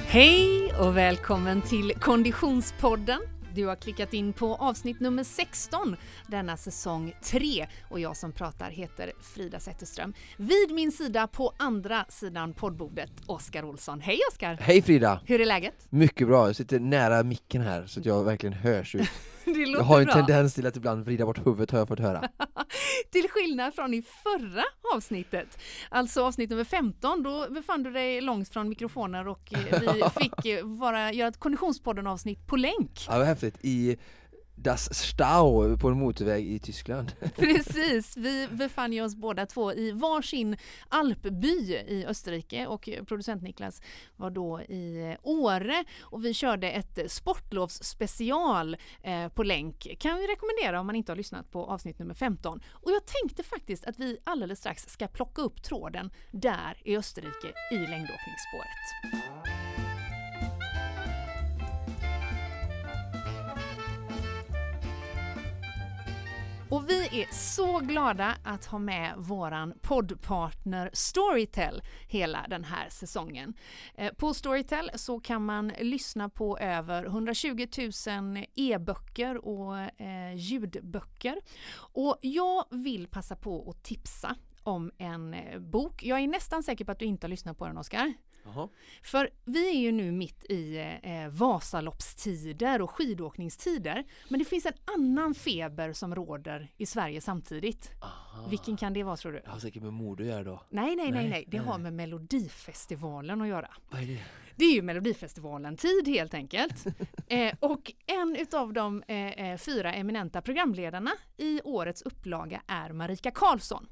Hej och välkommen till Konditionspodden. Du har klickat in på avsnitt nummer 16 denna säsong 3 och jag som pratar heter Frida Zetterström. Vid min sida på andra sidan poddbordet, Oskar Olsson. Hej Oskar! Hej Frida! Hur är läget? Mycket bra, jag sitter nära micken här så att jag verkligen hörs ut. Det låter jag har en bra. tendens till att ibland vrida bort huvudet, har jag fått höra. Till skillnad från i förra avsnittet, alltså avsnitt nummer 15, då befann du dig långt från mikrofoner och vi fick bara göra ett Konditionspodden-avsnitt på länk. Ja, det var häftigt. I Das Stau på en motorväg i Tyskland. Precis, vi befann oss båda två i varsin alpby i Österrike och producent Niklas var då i Åre och vi körde ett sportlovsspecial på länk. Kan vi rekommendera om man inte har lyssnat på avsnitt nummer 15. Och jag tänkte faktiskt att vi alldeles strax ska plocka upp tråden där i Österrike i längdåkningsspåret. Och vi är så glada att ha med våran poddpartner Storytel hela den här säsongen. På Storytel så kan man lyssna på över 120 000 e-böcker och ljudböcker. Och jag vill passa på att tipsa om en bok. Jag är nästan säker på att du inte har lyssnat på den, Oskar. Aha. För vi är ju nu mitt i Vasaloppstider och skidåkningstider. Men det finns en annan feber som råder i Sverige samtidigt. Aha. Vilken kan det vara, tror du? Det har säkert med mode att göra då. Nej. Det har med Melodifestivalen att göra. Vad är det? Det är ju Melodifestivalen-tid helt enkelt. Och en utav de 4 eminenta programledarna i årets upplaga är Marika Karlsson.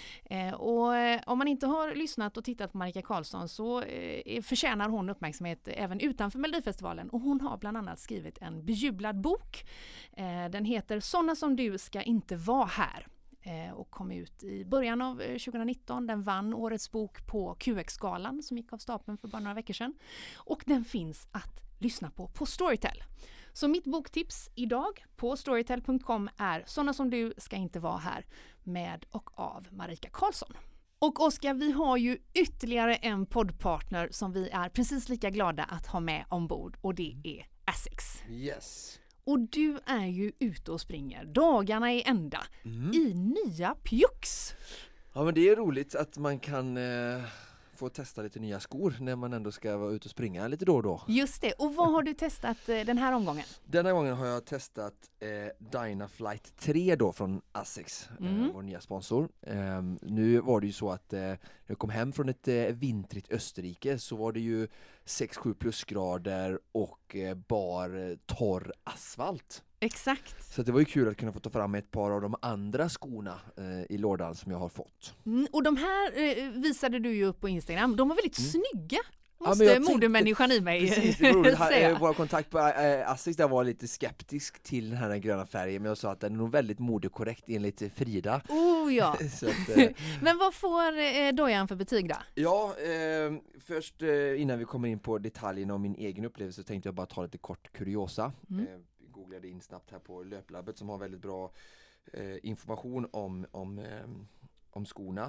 Och om man inte har lyssnat och tittat på Marika Karlsson så förtjänar hon uppmärksamhet även utanför Melodifestivalen. Och hon har bland annat skrivit en bejublad bok. Den heter Såna som du ska inte vara här. Och kom ut i början av 2019. Den vann årets bok på QX-galan som gick av stapeln för bara några veckor sedan. Och den finns att lyssna på Storytel. Så mitt boktips idag på storytel.com är Såna som du ska inte vara här med och av Marika Karlsson. Och Oskar, vi har ju ytterligare en poddpartner som vi är precis lika glada att ha med ombord och det är Asics. Yes. Och du är ju ute och springer dagarna i ända i nya Pjux. Ja, men det är roligt att man kan få testa lite nya skor när man ändå ska vara ute och springa lite då och då. Just det, och vad har du testat den här omgången? Denna gången har jag testat Dynaflight 3 då från Asics, vår nya sponsor. Nu var det ju så att när jag kom hem från ett vintrigt Österrike så var det ju 6-7 plusgrader och bar torr asfalt. Exakt. Så det var ju kul att kunna få ta fram ett par av de andra skorna i lådan som jag har fått. Och de här visade du ju upp på Instagram. De var väldigt snygga. Ja, Måste modemänniskan i mig säga. Vår kontakt på Asics där var lite skeptisk till den här gröna färgen, men jag sa att den är nog väldigt modekorrekt enligt Frida. Oh ja. Så att, men vad får Dojan för betyg då? Ja, först innan vi kommer in på detaljerna om min egen upplevelse så tänkte jag bara ta lite kort kuriosa. Googlade in snabbt här på Löplabbet som har väldigt bra information om skorna.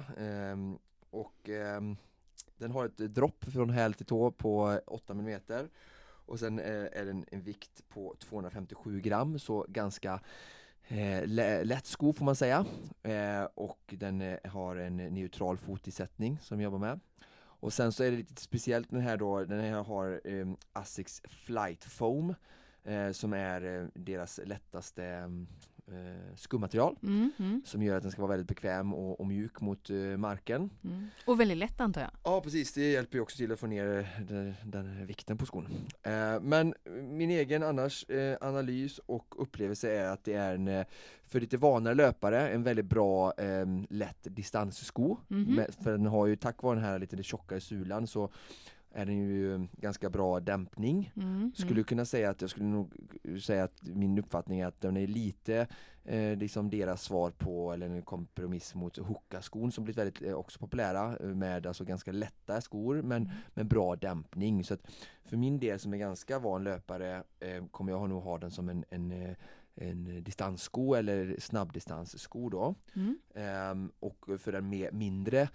Den har ett dropp från häl till tå på 8 mm och sen är den en vikt på 257 gram, så ganska lätt sko får man säga. Och den har en neutral fotisättning som jag jobbar med. Och sen så är det lite speciellt den här har Asics Flight Foam som är deras lättaste skummaterial som gör att den ska vara väldigt bekväm och mjuk mot marken. Och väldigt lätt antar jag. Ja, precis. Det hjälper ju också till att få ner den vikten på skon. Men min egen analys och upplevelse är att det är för lite vanare löpare en väldigt bra lätt distanssko. För den har ju tack vare den här lite tjockare sulan så är den ju ganska bra dämpning. Skulle kunna säga att jag skulle nog säga att min uppfattning är att den är lite liksom deras svar på eller en kompromiss mot Hoka-skon som blivit väldigt också populära med alltså ganska lätta skor men med bra dämpning. Så att för min del som är ganska van löpare kommer jag nog ha den som en distanssko eller snabbdistanssko då. Och för den mindre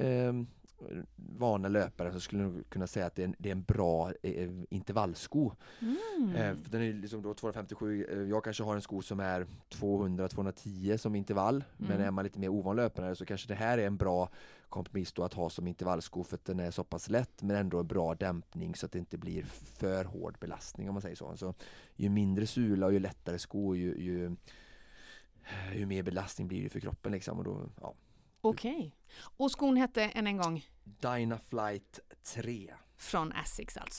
vana löpare så skulle jag kunna säga att det är en bra intervallsko. För den är liksom då 257, jag kanske har en sko som är 200-210 som intervall, men är man lite mer ovan löpare så kanske det här är en bra kompromiss då att ha som intervallsko för att den är så pass lätt men ändå en bra dämpning så att det inte blir för hård belastning om man säger så. Så ju mindre sula och ju lättare sko ju mer belastning blir det för kroppen liksom, och då, ja. Okej. Och skon hette en gång? Dynaflight 3. Från Asics alltså.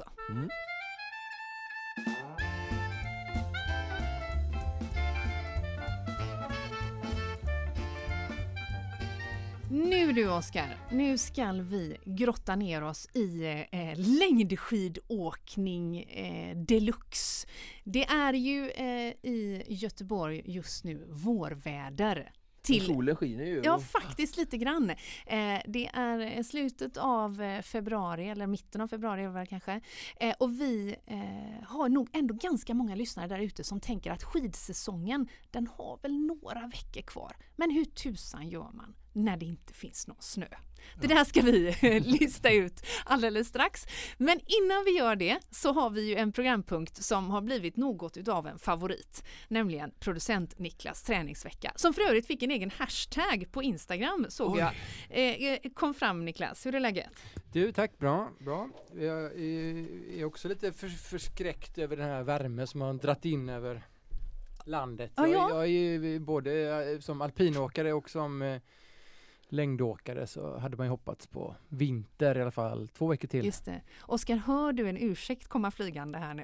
Nu du Oskar, nu ska vi grotta ner oss i längdskidåkning deluxe. Det är ju i Göteborg just nu vårväder. Solen skiner ju. Ja, faktiskt lite grann. Det är slutet av februari, eller mitten av februari kanske. Och vi har nog ändå ganska många lyssnare där ute som tänker att skidsäsongen, den har väl några veckor kvar. Men hur tusan gör man när det inte finns någon snö? Det där ska vi lista ut alldeles strax. Men innan vi gör det så har vi ju en programpunkt som har blivit något utav en favorit. Nämligen producent Niklas träningsvecka. Som för övrigt fick en egen hashtag på Instagram såg jag. Kom fram Niklas, hur är läget? Du, tack, bra. Jag är också lite förskräckt över den här värme som har dratt in över landet. Jag är ju både som alpinåkare och som längdåkare så hade man ju hoppats på vinter i alla fall 2 veckor till. Just det. Oskar, hör du en ursäkt komma flygande här nu?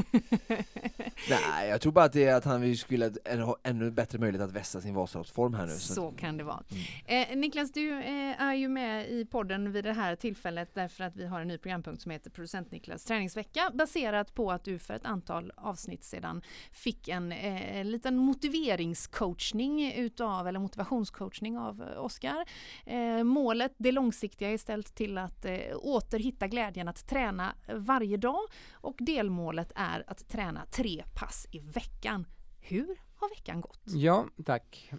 Nej, jag tror bara att det är att han skulle ha ännu bättre möjlighet att vässa sin Vasaloppsform här nu. Så kan det vara. Niklas, du är ju med i podden vid det här tillfället därför att vi har en ny programpunkt som heter Producent Niklas träningsvecka, baserat på att du för ett antal avsnitt sedan fick en liten motiveringscoachning eller motivationscoachning av Oskar. Målet, det långsiktiga, är ställt till att återhitta glädjen att träna varje dag, och delmålet är att träna 3 pass i veckan. Hur har veckan gått? Ja, tack.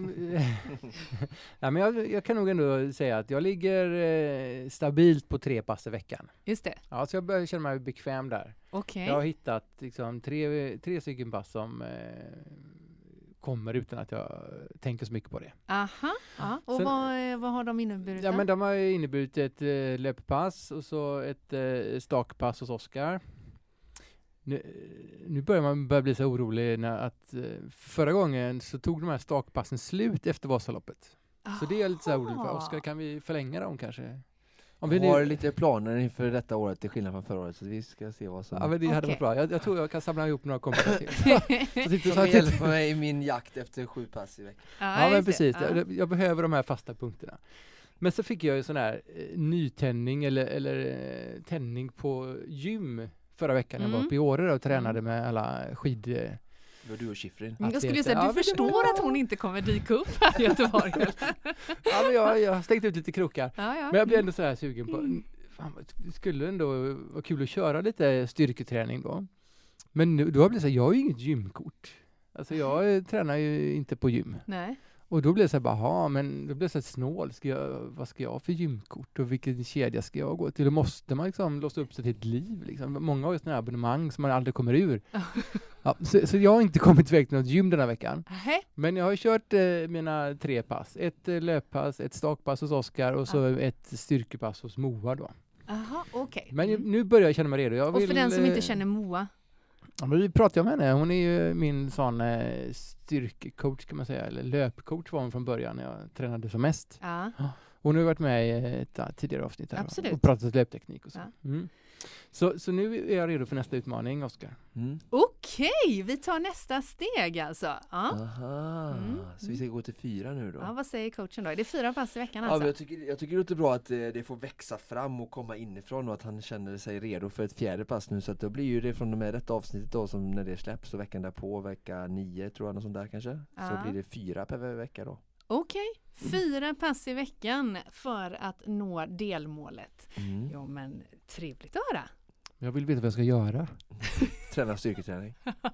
Men jag kan nog ändå säga att jag ligger stabilt på 3 pass i veckan. Just det. Ja, så jag börjar känna mig bekväm där. Okay. Jag har hittat liksom, 3 stycken pass som kommer utan att jag tänker så mycket på det. Aha, ja. Och sen, vad har de inneburit? Ja, men de har inneburit ett löppass och så ett stakpass hos Oskar. Nu börjar man bli så orolig att förra gången så tog de här stakpassen slut efter Vasaloppet. Så det är jag lite så här orolig för. Oskar, kan vi förlänga dem kanske? Om vi har lite planer inför detta året till skillnad från förra året, så vi ska se vad som... Ja, men det hade varit bra. Jag tror jag kan samla ihop några kompisar till. Som hjälper mig i min jakt efter 7 pass i veckan. Ja, men precis. Jag behöver de här fasta punkterna. Men så fick jag ju sån här nytändning eller tändning på gym förra veckan. Jag var uppe i Åre och tränade med alla skid... Det var du och Schifrin. Jag skulle säga, du förstår att hon inte kommer dyka upp här i Göteborg. Ja, men jag har stängt ut lite krokar. Ja. Men jag blev ändå så här sugen på... Det skulle ändå vara kul att köra lite styrketräning då. Men nu, då har jag blivit så här, jag har ju inget gymkort. Alltså jag tränar ju inte på gym. Nej. Och då blev det så här, men då blev det så här snål. Vad ska jag ha för gymkort och vilken kedja ska jag gå till? Då måste man liksom låsa upp sig till ett liv. Liksom. Många har ju sådana här abonnemang som man aldrig kommer ur. Ja, så jag har inte kommit iväg till något gym den här veckan. Men jag har kört mina 3 pass. Ett löppass, ett stakpass hos Oskar och så ett styrkepass hos Moa då. Aha, okej. Men nu börjar jag känna mig redo. Och för den som inte känner Moa? Ja, men vi pratar om henne. Hon är ju min sån styrkecoach kan man säga. Eller löpcoach var hon från början när jag tränade som mest. Ja. Hon har ju varit med i ett tidigare avsnitt här. Absolut. Och pratat löpteknik och så. Ja. Så nu är jag redo för nästa utmaning, Oskar. Okej, vi tar nästa steg alltså. Ja. Aha, så vi ska gå till 4 nu då. Ja, vad säger coachen då? Är det 4 pass i veckan alltså? Ja, men jag tycker det låter bra att det får växa fram och komma inifrån och att han känner sig redo för ett 4:e pass nu. Så att då blir ju det från och med detta avsnittet då, som när det släpps, och veckan därpå, vecka 9 tror jag, något sånt där kanske. Ja. Så blir det 4 per vecka då. Okej, 4 pass i veckan för att nå delmålet. Ja, men trevligt att höra. Jag vill veta vad jag ska göra. Träna styrketräning.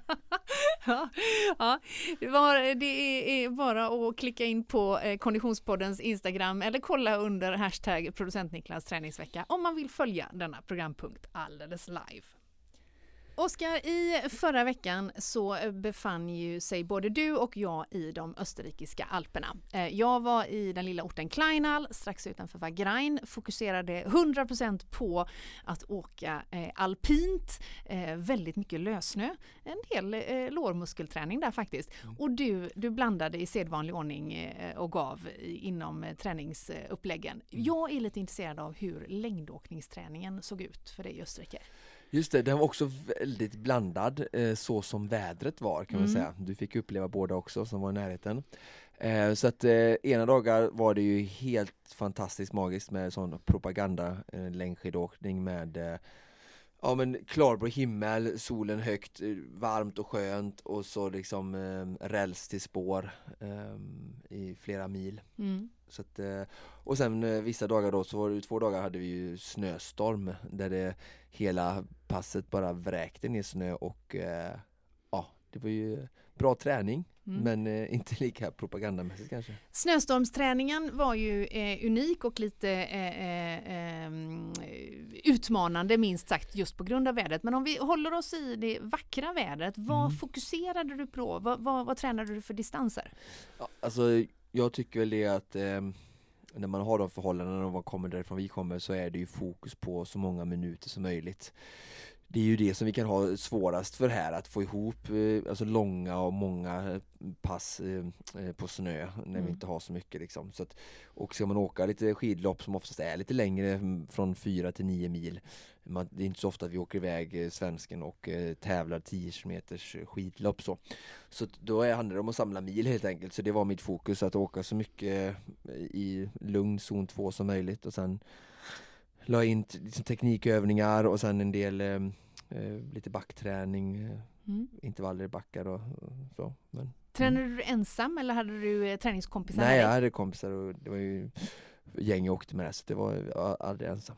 Ja, det är bara att klicka in på Konditionspoddens Instagram eller kolla under hashtag producentniklas träningsvecka om man vill följa denna programpunkt alldeles live. Oskar, i förra veckan så befann ju sig både du och jag i de österrikiska Alperna. Jag var i den lilla orten Kleinal, strax utanför Wagrain, fokuserade 100% på att åka alpint, väldigt mycket lössnö, en del lårmuskelträning där faktiskt. Och du blandade i sedvanlig ordning och gav inom träningsuppläggen. Jag är lite intresserad av hur längdåkningsträningen såg ut för dig i Österrike. Just det, den var också väldigt blandad, så som vädret var kan man säga. Du fick uppleva båda också som var i närheten. Så att ena dagar var det ju helt fantastiskt magiskt med sån propaganda, längdskidåkning med klarblå himmel, solen högt, varmt och skönt och så liksom räls till spår i flera mil. Så att, och sen vissa dagar då, så var det 2 dagar hade vi ju snöstorm där det hela passet bara vräkte ner snö och det var ju bra träning. Men inte lika propagandamässigt kanske. Snöstormsträningen var ju unik och lite utmanande minst sagt just på grund av vädret. Men om vi håller oss i det vackra vädret, vad fokuserade du på? Vad tränade du för distanser? Ja, alltså jag tycker väl det att när man har de förhållandena och vad kommer därifrån vi kommer så är det ju fokus på så många minuter som möjligt. Det är ju det som vi kan ha svårast för här, att få ihop alltså långa och många pass på snö när vi inte har så mycket liksom. Så att, och ska man åka lite skidlopp som oftast är lite längre, från 4 till 9 mil. Det är inte så ofta att vi åker iväg svensken och tävlar 10 meters skidlopp så då handlar det om att samla mil helt enkelt. Så det var mitt fokus, att åka så mycket i lugn zon 2 som möjligt och sen la in liksom teknikövningar och sen en del lite backträning, intervaller i backar och så. Men, tränade du ensam eller hade du träningskompisar? Nej, jag hade kompisar och det var ju gäng jag åkte med, så det var aldrig ensam.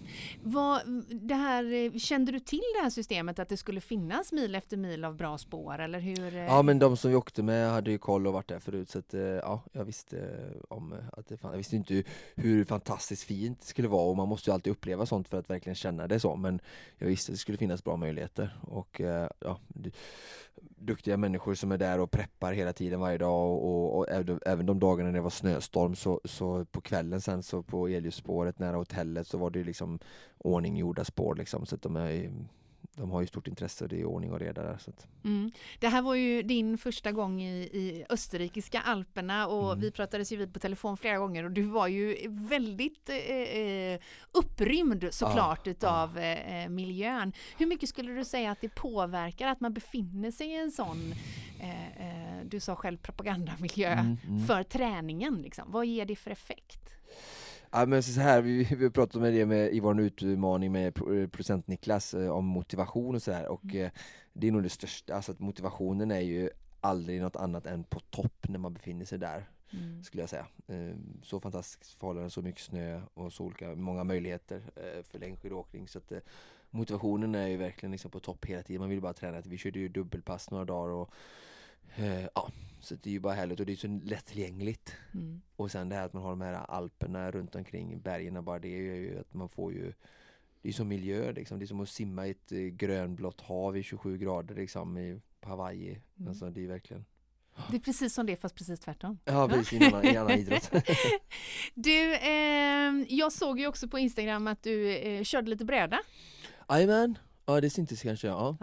Kände du till det här systemet att det skulle finnas mil efter mil av bra spår eller hur? Ja, men de som vi åkte med hade ju koll och varit där förut, så att jag visste om att det fanns. Jag visste inte hur fantastiskt fint det skulle vara och man måste ju alltid uppleva sånt för att verkligen känna det så, men jag visste att det skulle finnas bra möjligheter och duktiga människor som är där och preppar hela tiden varje dag och även de dagarna när det var snöstorm så på kvällen sen så på elljusspåret nära hotellet så var det liksom ordninggjorda spår liksom, så att de har ju stort intresse och det är ordning och reda där. Så att. Det här var ju din första gång i österrikiska Alperna och vi pratades ju vid på telefon flera gånger och du var ju väldigt upprymd såklart utav miljön. Hur mycket skulle du säga att det påverkar att man befinner sig i en sån du sa själv propagandamiljö för träningen liksom? Vad ger det för effekt? Ja, men så här, vi pratat om det i vår utmaning med producent Niklas om motivation och så här, och det är nog det största, alltså att motivationen är ju aldrig något annat än på topp när man befinner sig där, skulle jag säga. Så fantastiskt förhållanden, så mycket snö och så många möjligheter för längdskidåkning, så att motivationen är ju verkligen liksom på topp hela tiden. Man vill bara träna. Vi körde ju dubbelpass några dagar och så det är ju bara härligt och det är så lättillgängligt. Och sen det här att man har de här Alperna runt omkring bergen, bara det är ju att man får ju, det är som miljö liksom. Det är som att simma i ett grönblått hav i 27 grader liksom på Hawaii. Alltså det är verkligen. Det är precis som det, fast precis tvärtom. Ja, precis, i annan idrott. Du, jag såg ju också på Instagram att du körde lite bräda. Jajamän. Ja, det syntes kanske, ja.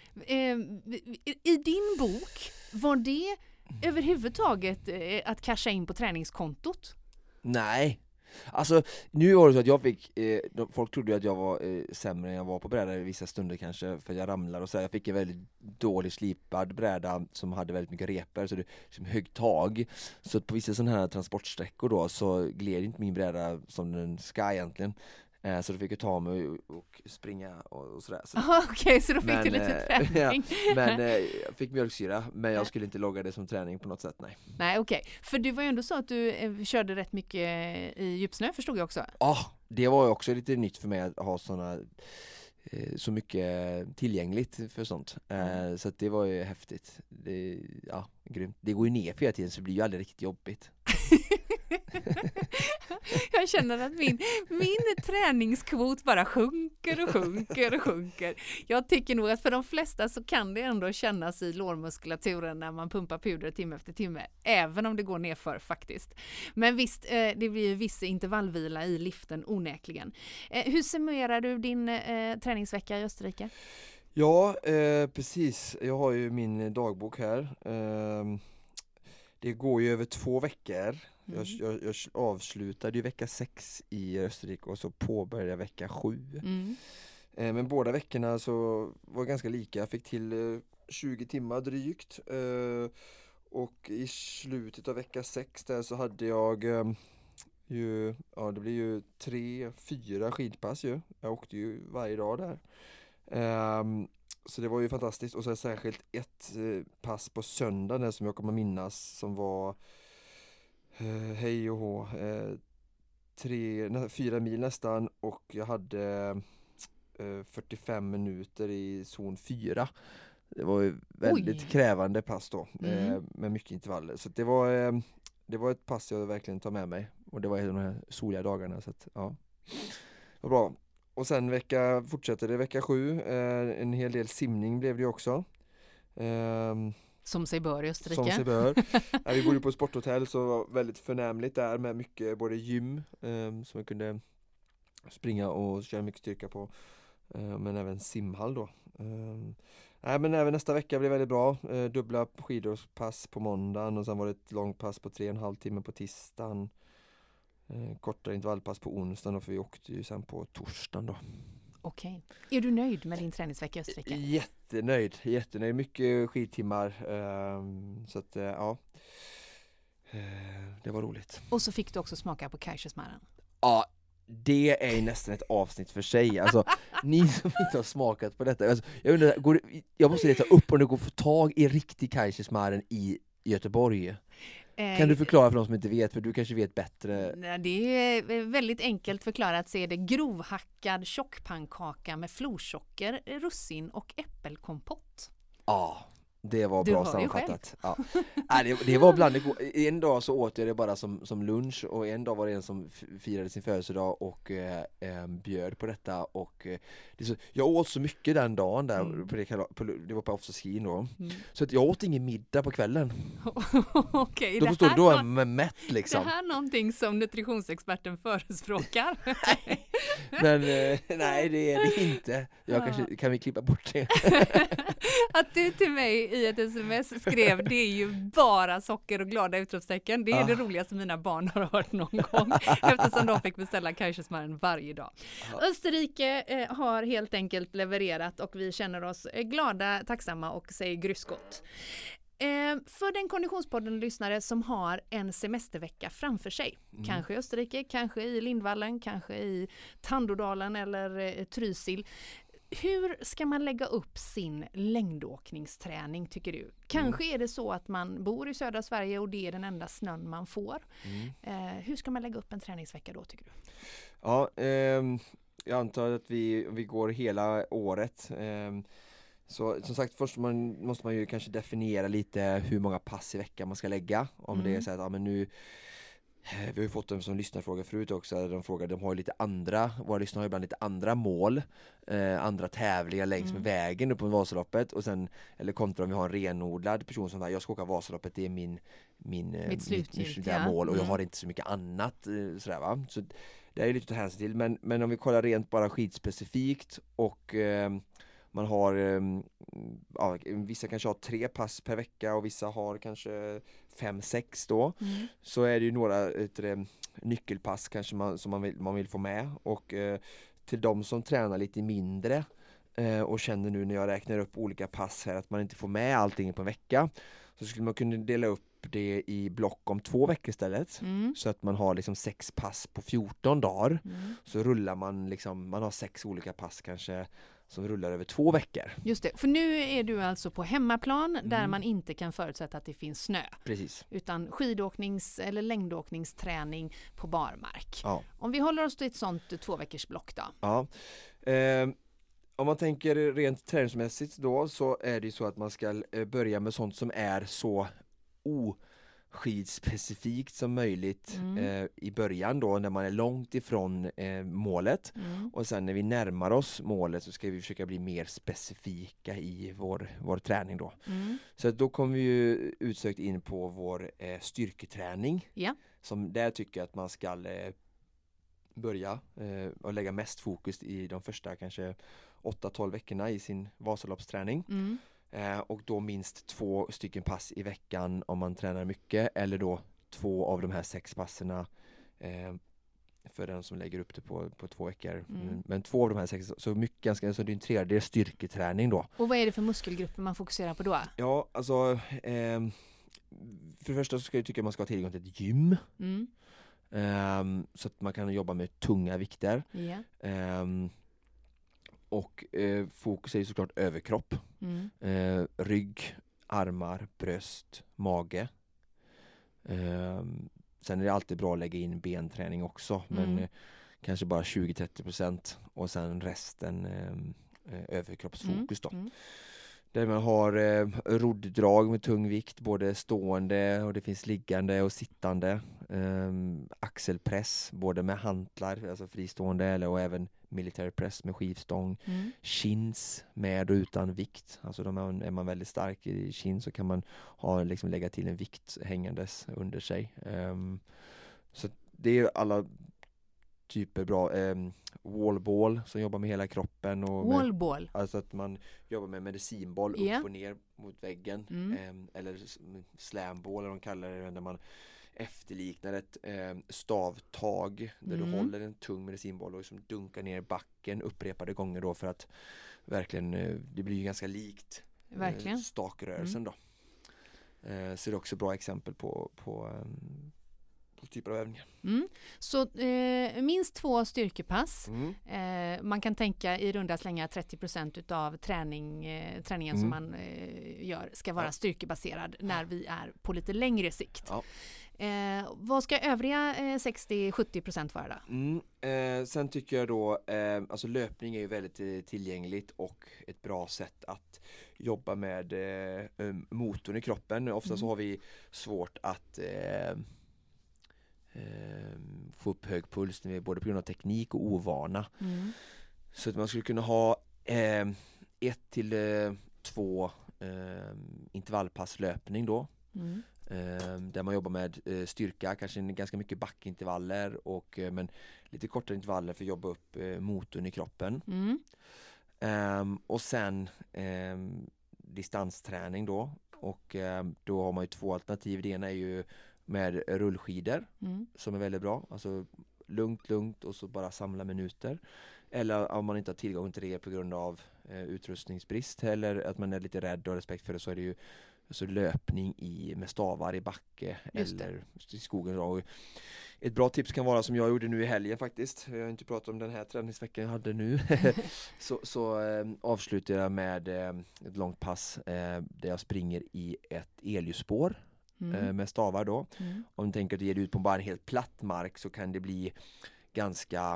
I din bok, var det överhuvudtaget att casha in på träningskontot? Nej. Alltså, nu var det så att jag fick, folk trodde att jag var sämre än jag var på bräda i vissa stunder kanske, för jag ramlar och så. Jag fick en väldigt dålig slipad bräda som hade väldigt mycket repor, så det liksom högt tag. Så på vissa sådana här transportsträckor då så gled inte min bräda som den ska egentligen. Så då fick jag ta mig och springa och sådär. Okej, så då fick du lite träning. Men jag fick mjölksyra, men jag skulle inte logga det som träning på något sätt, nej. Nej, okej. För det var ju ändå så att du körde rätt mycket i djupsnö, förstod jag också. Ja, det var ju också lite nytt för mig att ha sådana så mycket tillgängligt för sånt. Så att det var ju häftigt. Grymt. Det går ju ner för hela tiden så det blir ju aldrig riktigt jobbigt. Jag känner att min träningskvot bara sjunker. Jag tycker nog att för de flesta så kan det ändå kännas i lårmuskulaturen när man pumpar puder timme efter timme, även om det går nerför faktiskt. Men visst, det blir ju viss intervallvila i liften onekligen. Hur summerar du din träningsvecka i Österrike? Ja, precis. Jag har ju min dagbok här. Det går ju över 2 veckor. Jag avslutade ju vecka 6 i Österrike och så påbörjade jag vecka 7. Men båda veckorna så var ganska lika. Jag fick till 20 timmar drygt. Och i slutet av vecka 6 där så hade jag det blir ju 3-4 skidpass ju. Jag åkte ju varje dag där. Så det var ju fantastiskt. Och så särskilt ett pass på söndagen som jag kommer minnas som var hej och hå 4 mil nästan och jag hade 45 minuter i zon 4. Det var ju väldigt krävande pass då med mycket intervaller. Så det var ett pass jag verkligen tar med mig och det var de här soliga dagarna så att ja. Det var bra. Och sen fortsätter det vecka 7. En hel del simning blev det också. Som sig bör i Österrike. Som sig bör. Vi bodde på ett sporthotell så det var väldigt förnämligt där med mycket både gym som man kunde springa och köra mycket styrka på. Men även simhall då. Men även nästa vecka blev väldigt bra. Dubbla skidårspass på måndagen och sen var det ett långt pass på 3,5 timmar på tisdagen. Kortare intervallpass på onsdagen för vi åkte ju sen på torsdagen då. Okej. Är du nöjd med din träningsvecka i Österrike? Jättenöjd. Mycket skidtimmar. Så att det var roligt. Och så fick du också smaka på Kaisersmären. Ja, det är nästan ett avsnitt för sig. Alltså, ni som inte har smakat på detta. Alltså, jag måste leta upp om det går att få tag i riktig Kaisersmären i Göteborg. Kan du förklara för de som inte vet, för du kanske vet bättre? Det är väldigt enkelt förklarat, så är det grovhackad tjockpannkaka med florsocker, russin och äppelkompott. Ja, det var bra sammanfattat. Ja. Det var bland en dag så åt jag det bara som lunch och en dag var det en som firade sin födelsedag och bjöd på detta och jag åt så mycket den dagen där det var på Offsaskin då. Så att jag åt ingen middag på kvällen. Okej, då förstår du, då är man mätt liksom. Det här är någonting som nutritionsexperten förespråkar. Men nej, det är det inte. Kan vi klippa bort det? Att du till mig i ett sms skrev, det är ju bara socker och glada utropstecken. Det är det roligaste mina barn har hört någon gång. Eftersom de fick beställa Kaisersmären varje dag. Österrike har helt enkelt levererat och vi känner oss glada, tacksamma och säger gryskott. För den konditionspodden-lyssnare som har en semestervecka framför sig, kanske i Österrike, kanske i Lindvallen, kanske i Tandådalen eller Trysil. Hur ska man lägga upp sin längdåkningsträning tycker du? Kanske är det så att man bor i södra Sverige och det är den enda snön man får. Hur ska man lägga upp en träningsvecka då tycker du? Ja, jag antar att vi går hela året. Så som sagt, först måste man ju kanske definiera lite hur många pass i veckan man ska lägga. Om det är så att nu vi har ju fått en som lyssnarfråga förut också. De har ju lite andra, våra lyssnare har ibland lite andra mål, andra tävlingar längs med vägen upp på Vasaloppet och sen, eller kontra om vi har en renodlad person som säger jag ska åka Vasaloppet, det är mitt slutgiltiga mål och jag har inte så mycket annat sådär va. Så det är lite att ta hänsyn till, men om vi kollar rent bara skidspecifikt och man har vissa kanske har 3 pass per vecka och vissa har kanske 5-6 då. Så är det ju några nyckelpass kanske som man vill få med och till de som tränar lite mindre och känner nu när jag räknar upp olika pass här att man inte får med allting på en vecka, så skulle man kunna dela upp det i block om 2 veckor istället. Så att man har liksom 6 pass på 14 dagar. Så rullar man liksom, man har 6 olika pass kanske som rullar över 2 veckor. Just det, för nu är du alltså på hemmaplan där man inte kan förutsätta att det finns snö. Precis. Utan skidåknings- eller längdåkningsträning på barmark. Ja. Om vi håller oss till ett sånt 2 veckors block då? Ja. om man tänker rent träningsmässigt då, så är det ju så att man ska börja med sånt som är så skidspecifikt som möjligt i början då, när man är långt ifrån målet, och sen när vi närmar oss målet så ska vi försöka bli mer specifika i vår träning då. Så att då kommer vi ju utsökt in på vår styrketräning, som där tycker jag att man ska börja och lägga mest fokus i de första kanske 8-12 veckorna i sin Vasaloppsträning. Och då minst 2 stycken pass i veckan om man tränar mycket, eller då 2 av de här 6 passerna för den som lägger upp det på 2 veckor. Men 2 av de här 6, så mycket, ganska, så det är en tredje styrketräning då. Och vad är det för muskelgrupper man fokuserar på då? Ja, alltså för det första så ska jag tycka att man ska ha tillgång till ett gym. Så att man kan jobba med tunga vikter. Och fokus är ju såklart överkropp. Rygg, armar, bröst, mage. Sen är det alltid bra att lägga in benträning också, men kanske bara 20-30%, och sen resten överkroppsfokus då. Där man har rodddrag med tung vikt, både stående och det finns liggande och sittande. Axelpress, både med hantlar, alltså fristående, eller och även military press med skivstång. Chins med och utan vikt. Alltså är man väldigt stark i chins så kan man lägga till en vikt hängandes under sig. Så det är alla typer bra. Wallball som jobbar med hela kroppen. Och Wallball? Alltså att man jobbar med medicinboll upp och ner mot väggen. Eller slamball, eller de kallar det, när man efterliknar ett stavtag där du håller en tung medicinboll och liksom dunkar ner backen upprepade gånger då, för att verkligen, det blir ju ganska likt stakrörelsen då. Så det är också bra exempel på typer av övningar. Så minst 2 styrkepass. Man kan tänka i runda slänga 30% utav träningen som man gör ska vara styrkebaserad när vi är på lite längre sikt. Vad ska övriga 60-70% vara då? Sen tycker jag då, alltså löpning är ju väldigt tillgängligt och ett bra sätt att jobba med motorn i kroppen. Ofta så har vi svårt att få upp hög puls när vi, både på grund av teknik och ovana. Så att man skulle kunna ha 1-2 intervallpass löpning då. Där man jobbar med styrka, kanske ganska mycket backintervaller men lite kortare intervaller för att jobba upp motorn i kroppen. Och sen distansträning då, och då har man ju 2 alternativ. Det ena är ju med rullskidor som är väldigt bra, alltså lugnt och så bara samla minuter. Eller om man inte har tillgång till det på grund av utrustningsbrist, eller att man är lite rädd och respekt för det, så är det ju alltså löpning med stavar i backe eller i skogen. Och ett bra tips kan vara, som jag gjorde nu i helgen faktiskt. Jag har inte pratat om den här träningsveckan jag hade nu. så avslutar jag med ett långt pass där jag springer i ett elljusspår med stavar då. Om du tänker att det ger ut på bara en helt platt mark, så kan det bli ganska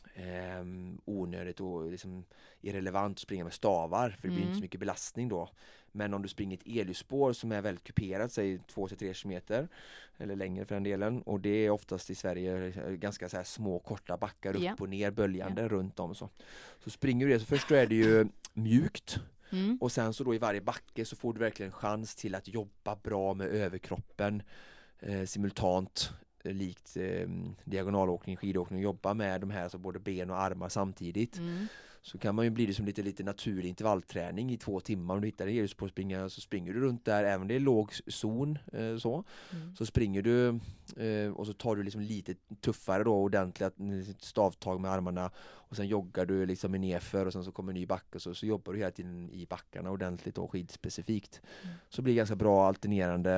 onödigt och liksom irrelevant att springa med stavar, för det blir inte så mycket belastning då. Men om du springer ett elljusspår som är väldigt kuperat, säg 2-3 kilometer eller längre för den delen, och det är oftast i Sverige ganska så här små korta backar upp och ner böljande runt om, så springer du det, så först då är det ju mjukt. Och sen så då i varje backe så får du verkligen chans till att jobba bra med överkroppen simultant, likt diagonalåkning, skidåkning, och jobba med de här, alltså både ben och armar samtidigt. Så kan man ju bli det som lite naturlig intervallträning i 2 timmar. Om du hittar det på springa, så springer du runt där, även det är låg zon så springer du och så tar du liksom lite tuffare då, ordentligt stavtag med armarna, och sen joggar du liksom nerför, och sen så kommer en ny backe, och så jobbar du hela tiden i backarna ordentligt och skidspecifikt. Så blir det ganska bra alternerande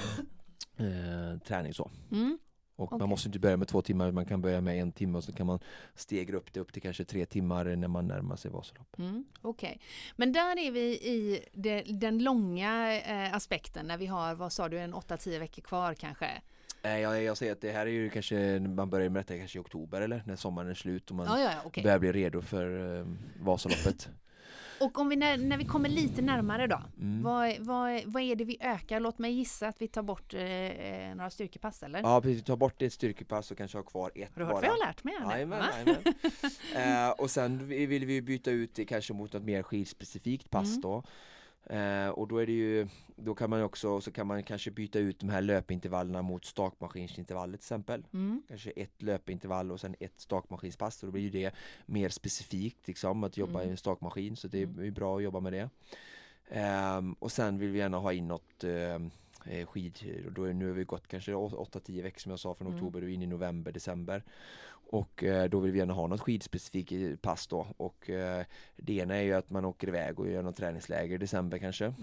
träning så. Och man måste inte börja med 2 timmar, man kan börja med 1 timme, och så kan man stegra upp det upp till kanske 3 timmar när man närmar sig Vasalopp. Okej. Men där är vi i den långa aspekten, när vi har, vad sa du, en 8-10 veckor kvar kanske? Jag säger att det här är ju kanske, man börjar med detta kanske i oktober, eller när sommaren är slut och man Okay. börjar bli redo för Vasaloppet. Och om vi när vi kommer lite närmare då, vad är det vi ökar? Låt mig gissa att vi tar bort några styrkepass, eller? Ja, precis. Ta bort ett styrkepass och kanske ha kvar ett. Har du hört vad jag har lärt mig? Jajamän. Och sen vill vi byta ut det kanske mot något mer skidspecifikt pass då. Och då är det ju, då kan man också, så kan man kanske byta ut de här löpintervallerna mot stakmaskinsintervaller till exempel. Kanske ett löpintervall och sen ett stakmaskinspass, och då blir ju det mer specifikt liksom, att jobba i en stakmaskin, så det är bra att jobba med det. Och sen vill vi gärna ha in något skid, och då nu har vi gått kanske 8-10 veckor som jag sa, från oktober och in i november, december. Och då vill vi gärna ha något skidspecifikt pass då. Och det ena är ju att man åker iväg och gör något träningsläger i december kanske.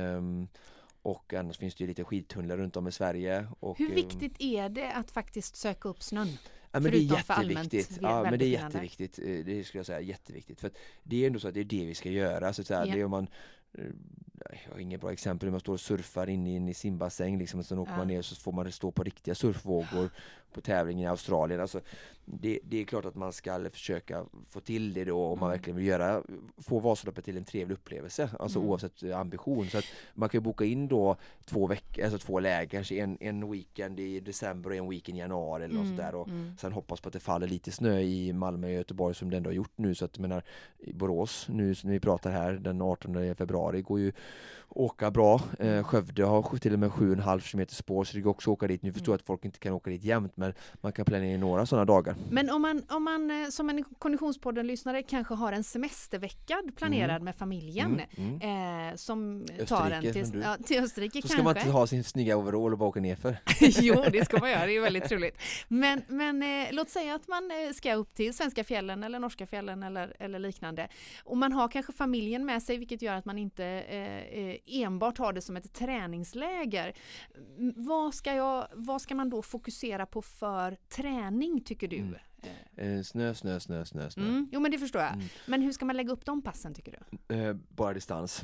Och annars finns det ju lite skidtunnlar runt om i Sverige. Och, hur viktigt är det att faktiskt söka upp snön? Ja, men det är jätteviktigt. Ja, men det är jätteviktigt. Det skulle jag säga, jätteviktigt. För att det är ändå så att det är det vi ska göra. Så att säga, det är om man, jag har inget bra exempel, om man står och surfar in i simbassäng liksom, och sen åker man ner och så får man stå på riktiga surfvågor på tävlingen i Australien. Alltså, det är klart att man ska försöka få till det då, om man verkligen vill få Vasaloppet till en trevlig upplevelse, alltså oavsett ambition. Så att man kan ju boka in då 2 veckor, alltså 2 läger, kanske en weekend i december och en weekend i januari eller något sådär, och sen hoppas på att det faller lite snö i Malmö och Göteborg som det ändå har gjort nu. Så att jag menar, i Borås nu när vi pratar här den 18 februari går ju åka bra. Skövde har till och med 7,5 km spår, så det går också åka dit. Nu förstår jag att folk inte kan åka dit jämt, men man kan planera några sådana dagar. Men om man som en Konditionspodden-lyssnare kanske har en semestervecka planerad med familjen som Österrike, tar en till Österrike, så kanske. ska man inte ha sin snygga overall och bara åka ner för. Jo, det ska man göra, det är väldigt troligt. Men låt säga att man ska upp till svenska fjällen eller norska fjällen eller liknande. Och man har kanske familjen med sig, vilket gör att man inte enbart har det som ett träningsläger. Vad ska man då fokusera på för träning, tycker du? Snö. Jo, men det förstår jag. Men hur ska man lägga upp de passen, tycker du? Bara distans.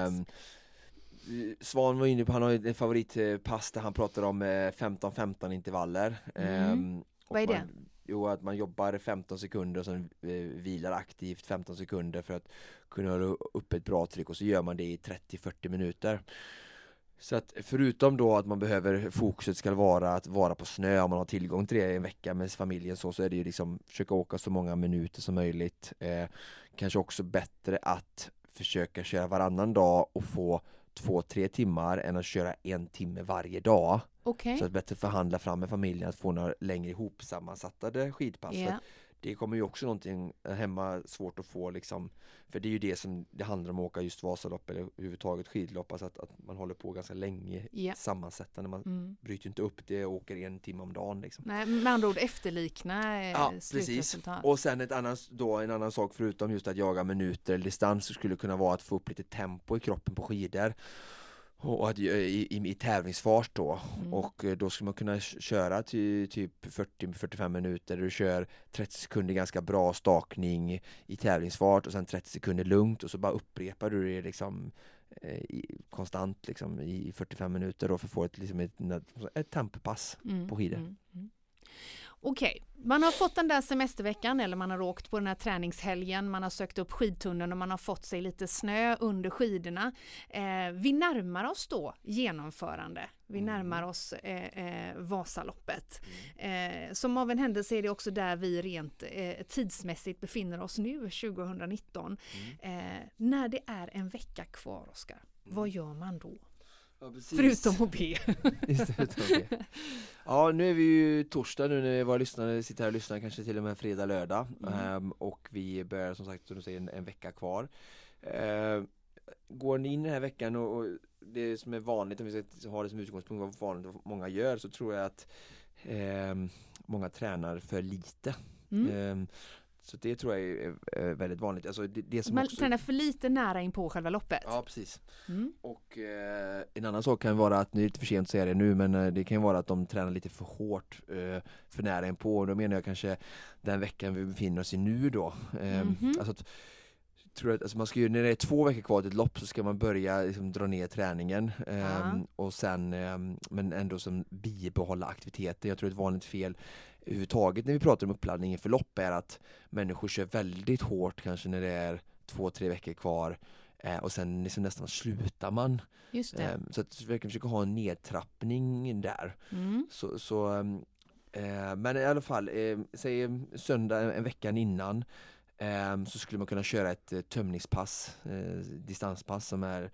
Svan var inne på, han har ett favoritpass där han pratar om 15-15 intervaller. Vad är det? Jo, att man jobbar 15 sekunder och sen vilar aktivt 15 sekunder för att kunna hålla upp ett bra tryck, och så gör man det i 30-40 minuter. Så att förutom då att man behöver, fokuset ska vara att vara på snö, om man har tillgång till det i en vecka med familjen, så är det ju liksom försöka åka så många minuter som möjligt. Kanske också bättre att försöka köra varannan dag och få 2-3 timmar än att köra 1 timme varje dag. Okay. Så att bättre förhandla fram med familjen att få några längre ihop sammansatta skidpass. För det kommer ju också någonting hemma svårt att få liksom, för det är ju det som det handlar om att åka just Vasalopp eller överhuvudtaget skidlopp, alltså att man håller på ganska länge sammansättande. Man bryter inte upp det och åker 1 timme om dagen liksom. Nej, med andra ord efterlikna Precis. slutresultat. Och sen en annan sak förutom just att jaga minuter eller distans skulle kunna vara att få upp lite tempo i kroppen på skidor. Och att i tävlingsfart då. Och då skulle man kunna köra till typ 40-45 minuter där du kör 30 sekunder ganska bra stakning i tävlingsfart och sen 30 sekunder lugnt, och så bara upprepar du det liksom konstant liksom i 45 minuter då, för att få ett tempopass på skidor. Okej, man har fått den där semesterveckan, eller man har åkt på den här träningshelgen, man har sökt upp skidtunneln och man har fått sig lite snö under skidorna. Vi närmar oss då genomförande. Vi närmar oss Vasaloppet. Som av en händelse är det också där vi rent tidsmässigt befinner oss nu, 2019. När det är en vecka kvar, Oskar, vad gör man då? Ja, förutom att be. Ja, nu är vi ju torsdag nu när våra lyssnare sitter här och lyssnar, kanske till och med fredag, lördag. Och vi börjar som sagt, som du säger, en vecka kvar. Går ni in den här veckan och det som är vanligt, om vi ska ha det som utgångspunkt vad vanligt och många gör, så tror jag att många tränar för lite. Så det tror jag är väldigt vanligt. Alltså det som man också tränar för lite nära in på själva loppet. Ja, precis. Och en annan sak kan vara att, nu är det lite för sent att säga det nu, men det kan vara att de tränar lite för hårt för nära in på. Och då menar jag kanske den veckan vi befinner oss i nu då. Alltså att, tror att, alltså man ska ju, när det är 2 veckor kvar till ett lopp, så ska man börja liksom dra ner träningen och sen men ändå som bibehålla aktiviteten. Jag tror ett vanligt fel överhuvudtaget när vi pratar om uppladdningen för lopp är att människor kör väldigt hårt kanske när det är 2-3 veckor kvar och sen liksom nästan slutar man. Just det. Så att verkligen försöka ha en nedtrappning där. Men i alla fall, säg söndag en vecka innan så skulle man kunna köra ett tömningspass, distanspass som är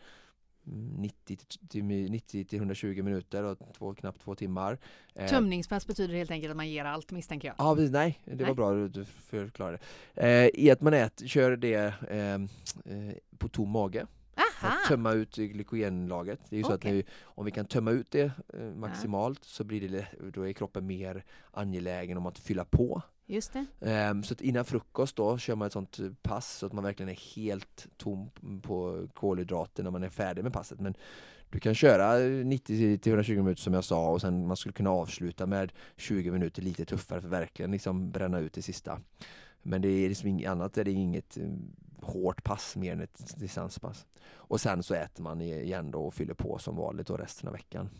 90-120 minuter och knappt 2 timmar. Tömningspass betyder helt enkelt att man ger allt, misstänker jag. Ja, nej, det var bra du förklarade. I att man kör det på tom mage. För att tömma ut glykogenlagret. Det är ju så att om vi kan tömma ut det maximalt så blir det, då är kroppen mer angelägen om att fylla på. Just det. Så att innan frukost då kör man ett sånt pass så att man verkligen är helt tom på kolhydrater när man är färdig med passet. Men du kan köra 90-120 minuter som jag sa och sen man skulle kunna avsluta med 20 minuter lite tuffare för verkligen liksom bränna ut det sista. Men det är liksom inget annat, det är inget hårt pass mer än ett distanspass. Och sen så äter man igen då och fyller på som vanligt då resten av veckan.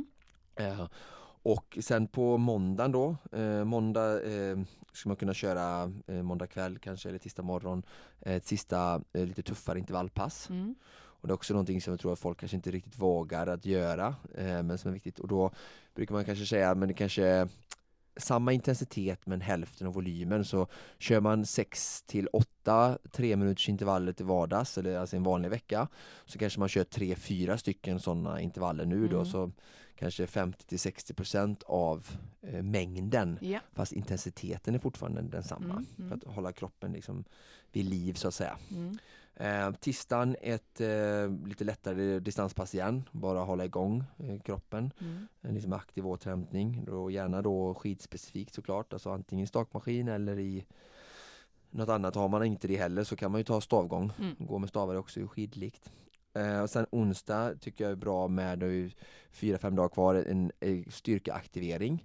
Och sen på måndagen då, måndag ska man kunna köra måndag kväll kanske eller tisdag morgon ett sista lite tuffare intervallpass. Och det är också någonting som jag tror att folk kanske inte riktigt vågar att göra men som är viktigt. Och då brukar man kanske säga men det kanske samma intensitet men hälften av volymen, så kör man 6-8 3 minuters intervaller till vardags eller alltså en vanlig vecka, så kanske man kör 3-4 stycken sådana intervaller nu då, så kanske 50-60% av mängden, fast intensiteten är fortfarande densamma för att hålla kroppen liksom vid liv så att säga. Tisdagen ett lite lättare distanspass igen, bara hålla igång kroppen, en liksom aktiv återhämtning, då gärna då skidspecifikt såklart, alltså antingen i stakmaskin eller i något annat. Har man inte det heller så kan man ju ta stavgång, gå med stavar också är skidlikt. Och sen onsdag tycker jag är bra med 4-5 dagar kvar en styrkeaktivering.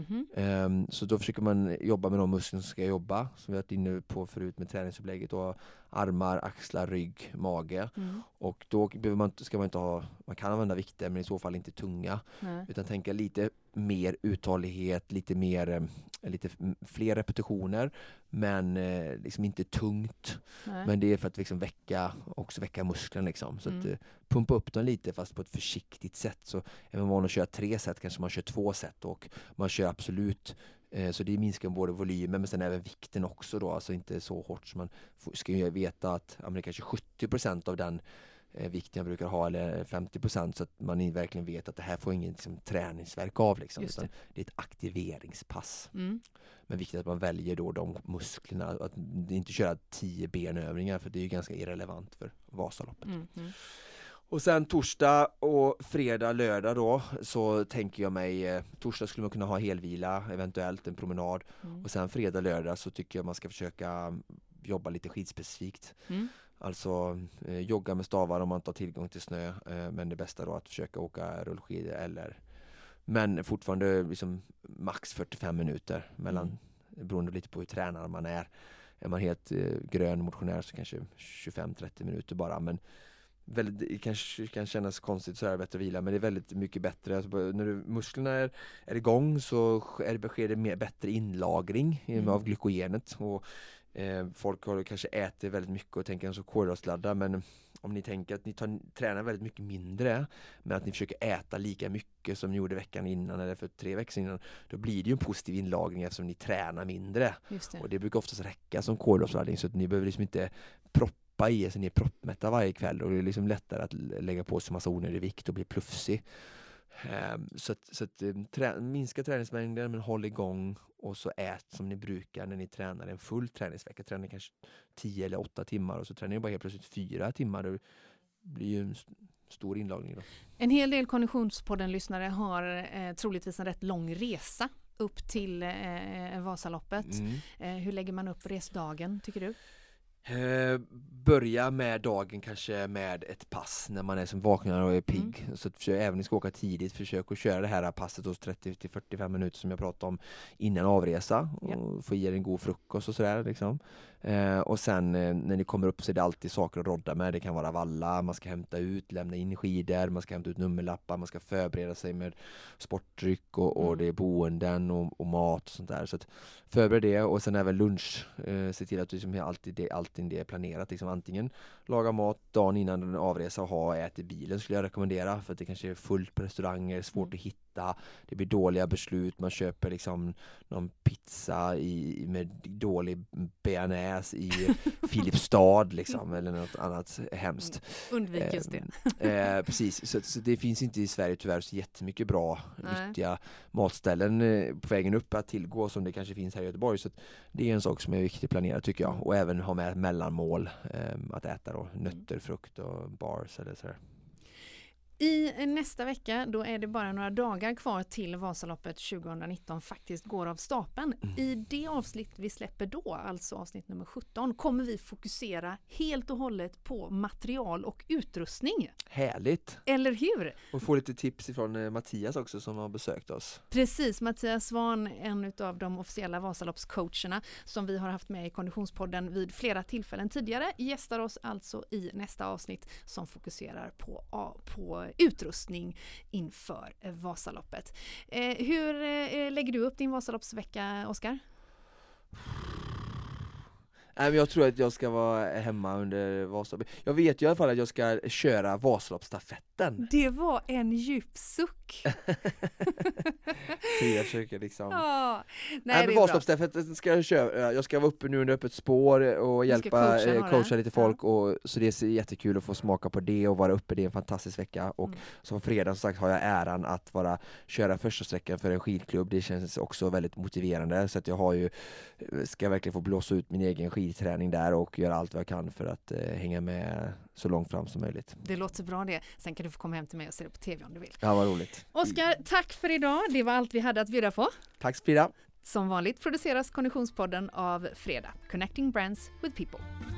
Så då försöker man jobba med de muskler som ska jobba, som vi har varit inne på förut med träningsupplägget, och armar, axlar, rygg, mage. Och då ska man inte ha, man kan använda vikter men i så fall inte tunga, utan tänka lite mer uthållighet, lite fler repetitioner, men liksom inte tungt. Men det är för att liksom väcka musklerna liksom, så att pumpa upp dem lite fast på ett försiktigt sätt. Så är man van att köra 3 set kanske man kör 2 set, och man kör absolut så det minskar både volymen men sen även vikten också då, alltså inte så hårt som man ska ju veta att det kanske 70% av den vikten jag brukar ha, eller 50%, så att man verkligen vet att det här får ingen liksom träningsverk av liksom, utan det är ett aktiveringspass. Men viktigt att man väljer då de musklerna, att inte köra 10 benövningar, för det är ju ganska irrelevant för Vasaloppet. Och sen torsdag och fredag, lördag då, så tänker jag mig, torsdag skulle man kunna ha helvila, eventuellt en promenad, och sen fredag, lördag så tycker jag man ska försöka jobba lite skidspecifikt. Alltså jogga med stavar om man inte har tillgång till snö, men det bästa då att försöka åka rullskidor, men fortfarande liksom max 45 minuter mellan, beroende lite på hur tränare man är. Är man helt grön motionär så kanske 25-30 minuter bara, men väldigt, kanske kan kännas konstigt så är det bättre att vila, men det är väldigt mycket bättre. Alltså, när musklerna är igång så sker det bättre inlagring av glykogenet, och folk har kanske ätit väldigt mycket och tänker så kolhydratsladdar, men om ni tänker att ni tränar väldigt mycket mindre, men att ni försöker äta lika mycket som ni gjorde veckan innan eller för 3 veckor innan, då blir det ju en positiv inlagring eftersom ni tränar mindre. Och det brukar oftast räcka som kolhydratladdning, så att ni behöver liksom inte proppa i er så ni är proppmätta varje kväll, och det är liksom lättare att lägga på sig massa onödig vikt och bli plufsig. Så att minska träningsmängden, men håll igång, och så ät som ni brukar när ni tränar en full träningsvecka. Tränar kanske 10 eller 8 timmar och så tränar ni bara helt plötsligt 4 timmar. Det blir ju en stor inlagring då. En hel del Konditionspodden-lyssnare har troligtvis en rätt lång resa upp till Vasaloppet. Hur lägger man upp resdagen, tycker du? Börja med dagen kanske med ett pass när man är som vaknar och är pigg, så att även om ni ska åka tidigt, försök att köra det här passet hos 30-45 minuter som jag pratade om innan avresa, och få i er en god frukost och sådär liksom. Och sen när ni kommer upp så är det alltid saker att rodda med. Det kan vara valla, man ska hämta ut, lämna in skidor, man ska hämta ut nummerlappar, man ska förbereda sig med sportdryck och det är boenden och mat och sånt där. Så att förbered det, och sen även lunch. Se till att du alltid allting det är planerat. Liksom antingen laga mat dagen innan en avresa och ät i bilen skulle jag rekommendera, för att det kanske är fullt på restauranger, svårt att hitta, det blir dåliga beslut, man köper liksom någon pizza med dålig bearnaise i Filipstad liksom, eller något annat hemskt. Undvik just det. Precis, så det finns inte i Sverige tyvärr så jättemycket bra, nyttiga matställen på vägen upp att tillgå som det kanske finns här i Göteborg, så det är en sak som är viktigt att planera tycker jag, och även ha med mellanmål att äta då, nötter, frukt och bars eller sådär. I nästa vecka, då är det bara några dagar kvar till Vasaloppet 2019 faktiskt går av stapeln. I det avsnitt vi släpper då, alltså avsnitt nummer 17, kommer vi fokusera helt och hållet på material och utrustning. Härligt! Eller hur? Och få lite tips ifrån Mattias också som har besökt oss. Precis, Mattias Svahn, en av de officiella Vasaloppscoacherna som vi har haft med i Konditionspodden vid flera tillfällen tidigare, gästar oss alltså i nästa avsnitt som fokuserar på utrustning inför Vasaloppet. Hur lägger du upp din Vasaloppsvecka, Oskar? Jag tror att jag ska vara hemma under Vasaloppet. Jag vet ju i alla fall att jag ska köra Vasaloppsstafetten. Det var en djup suck. Så jag försöker liksom... Ja, men Vasaloppsstafetten ska jag köra. Jag ska vara uppe nu under öppet spår och hjälpa coacha lite folk. Och, så det är jättekul att få smaka på det och vara uppe. Det är en fantastisk vecka. Och som fredag som sagt har jag äran att köra första sträckan för en skidklubb. Det känns också väldigt motiverande. Så att jag ska verkligen få blåsa ut min egen skidträning där och göra allt vad jag kan för att hänga med så långt fram som möjligt. Det låter bra det. Sen kan du få komma hem till mig och se det på tv om du vill. Ja, vad roligt. Oskar, tack för idag. Det var allt vi hade att bjuda på. Tack Frida. Som vanligt produceras Konditionspodden av Fredag. Connecting Brands with People.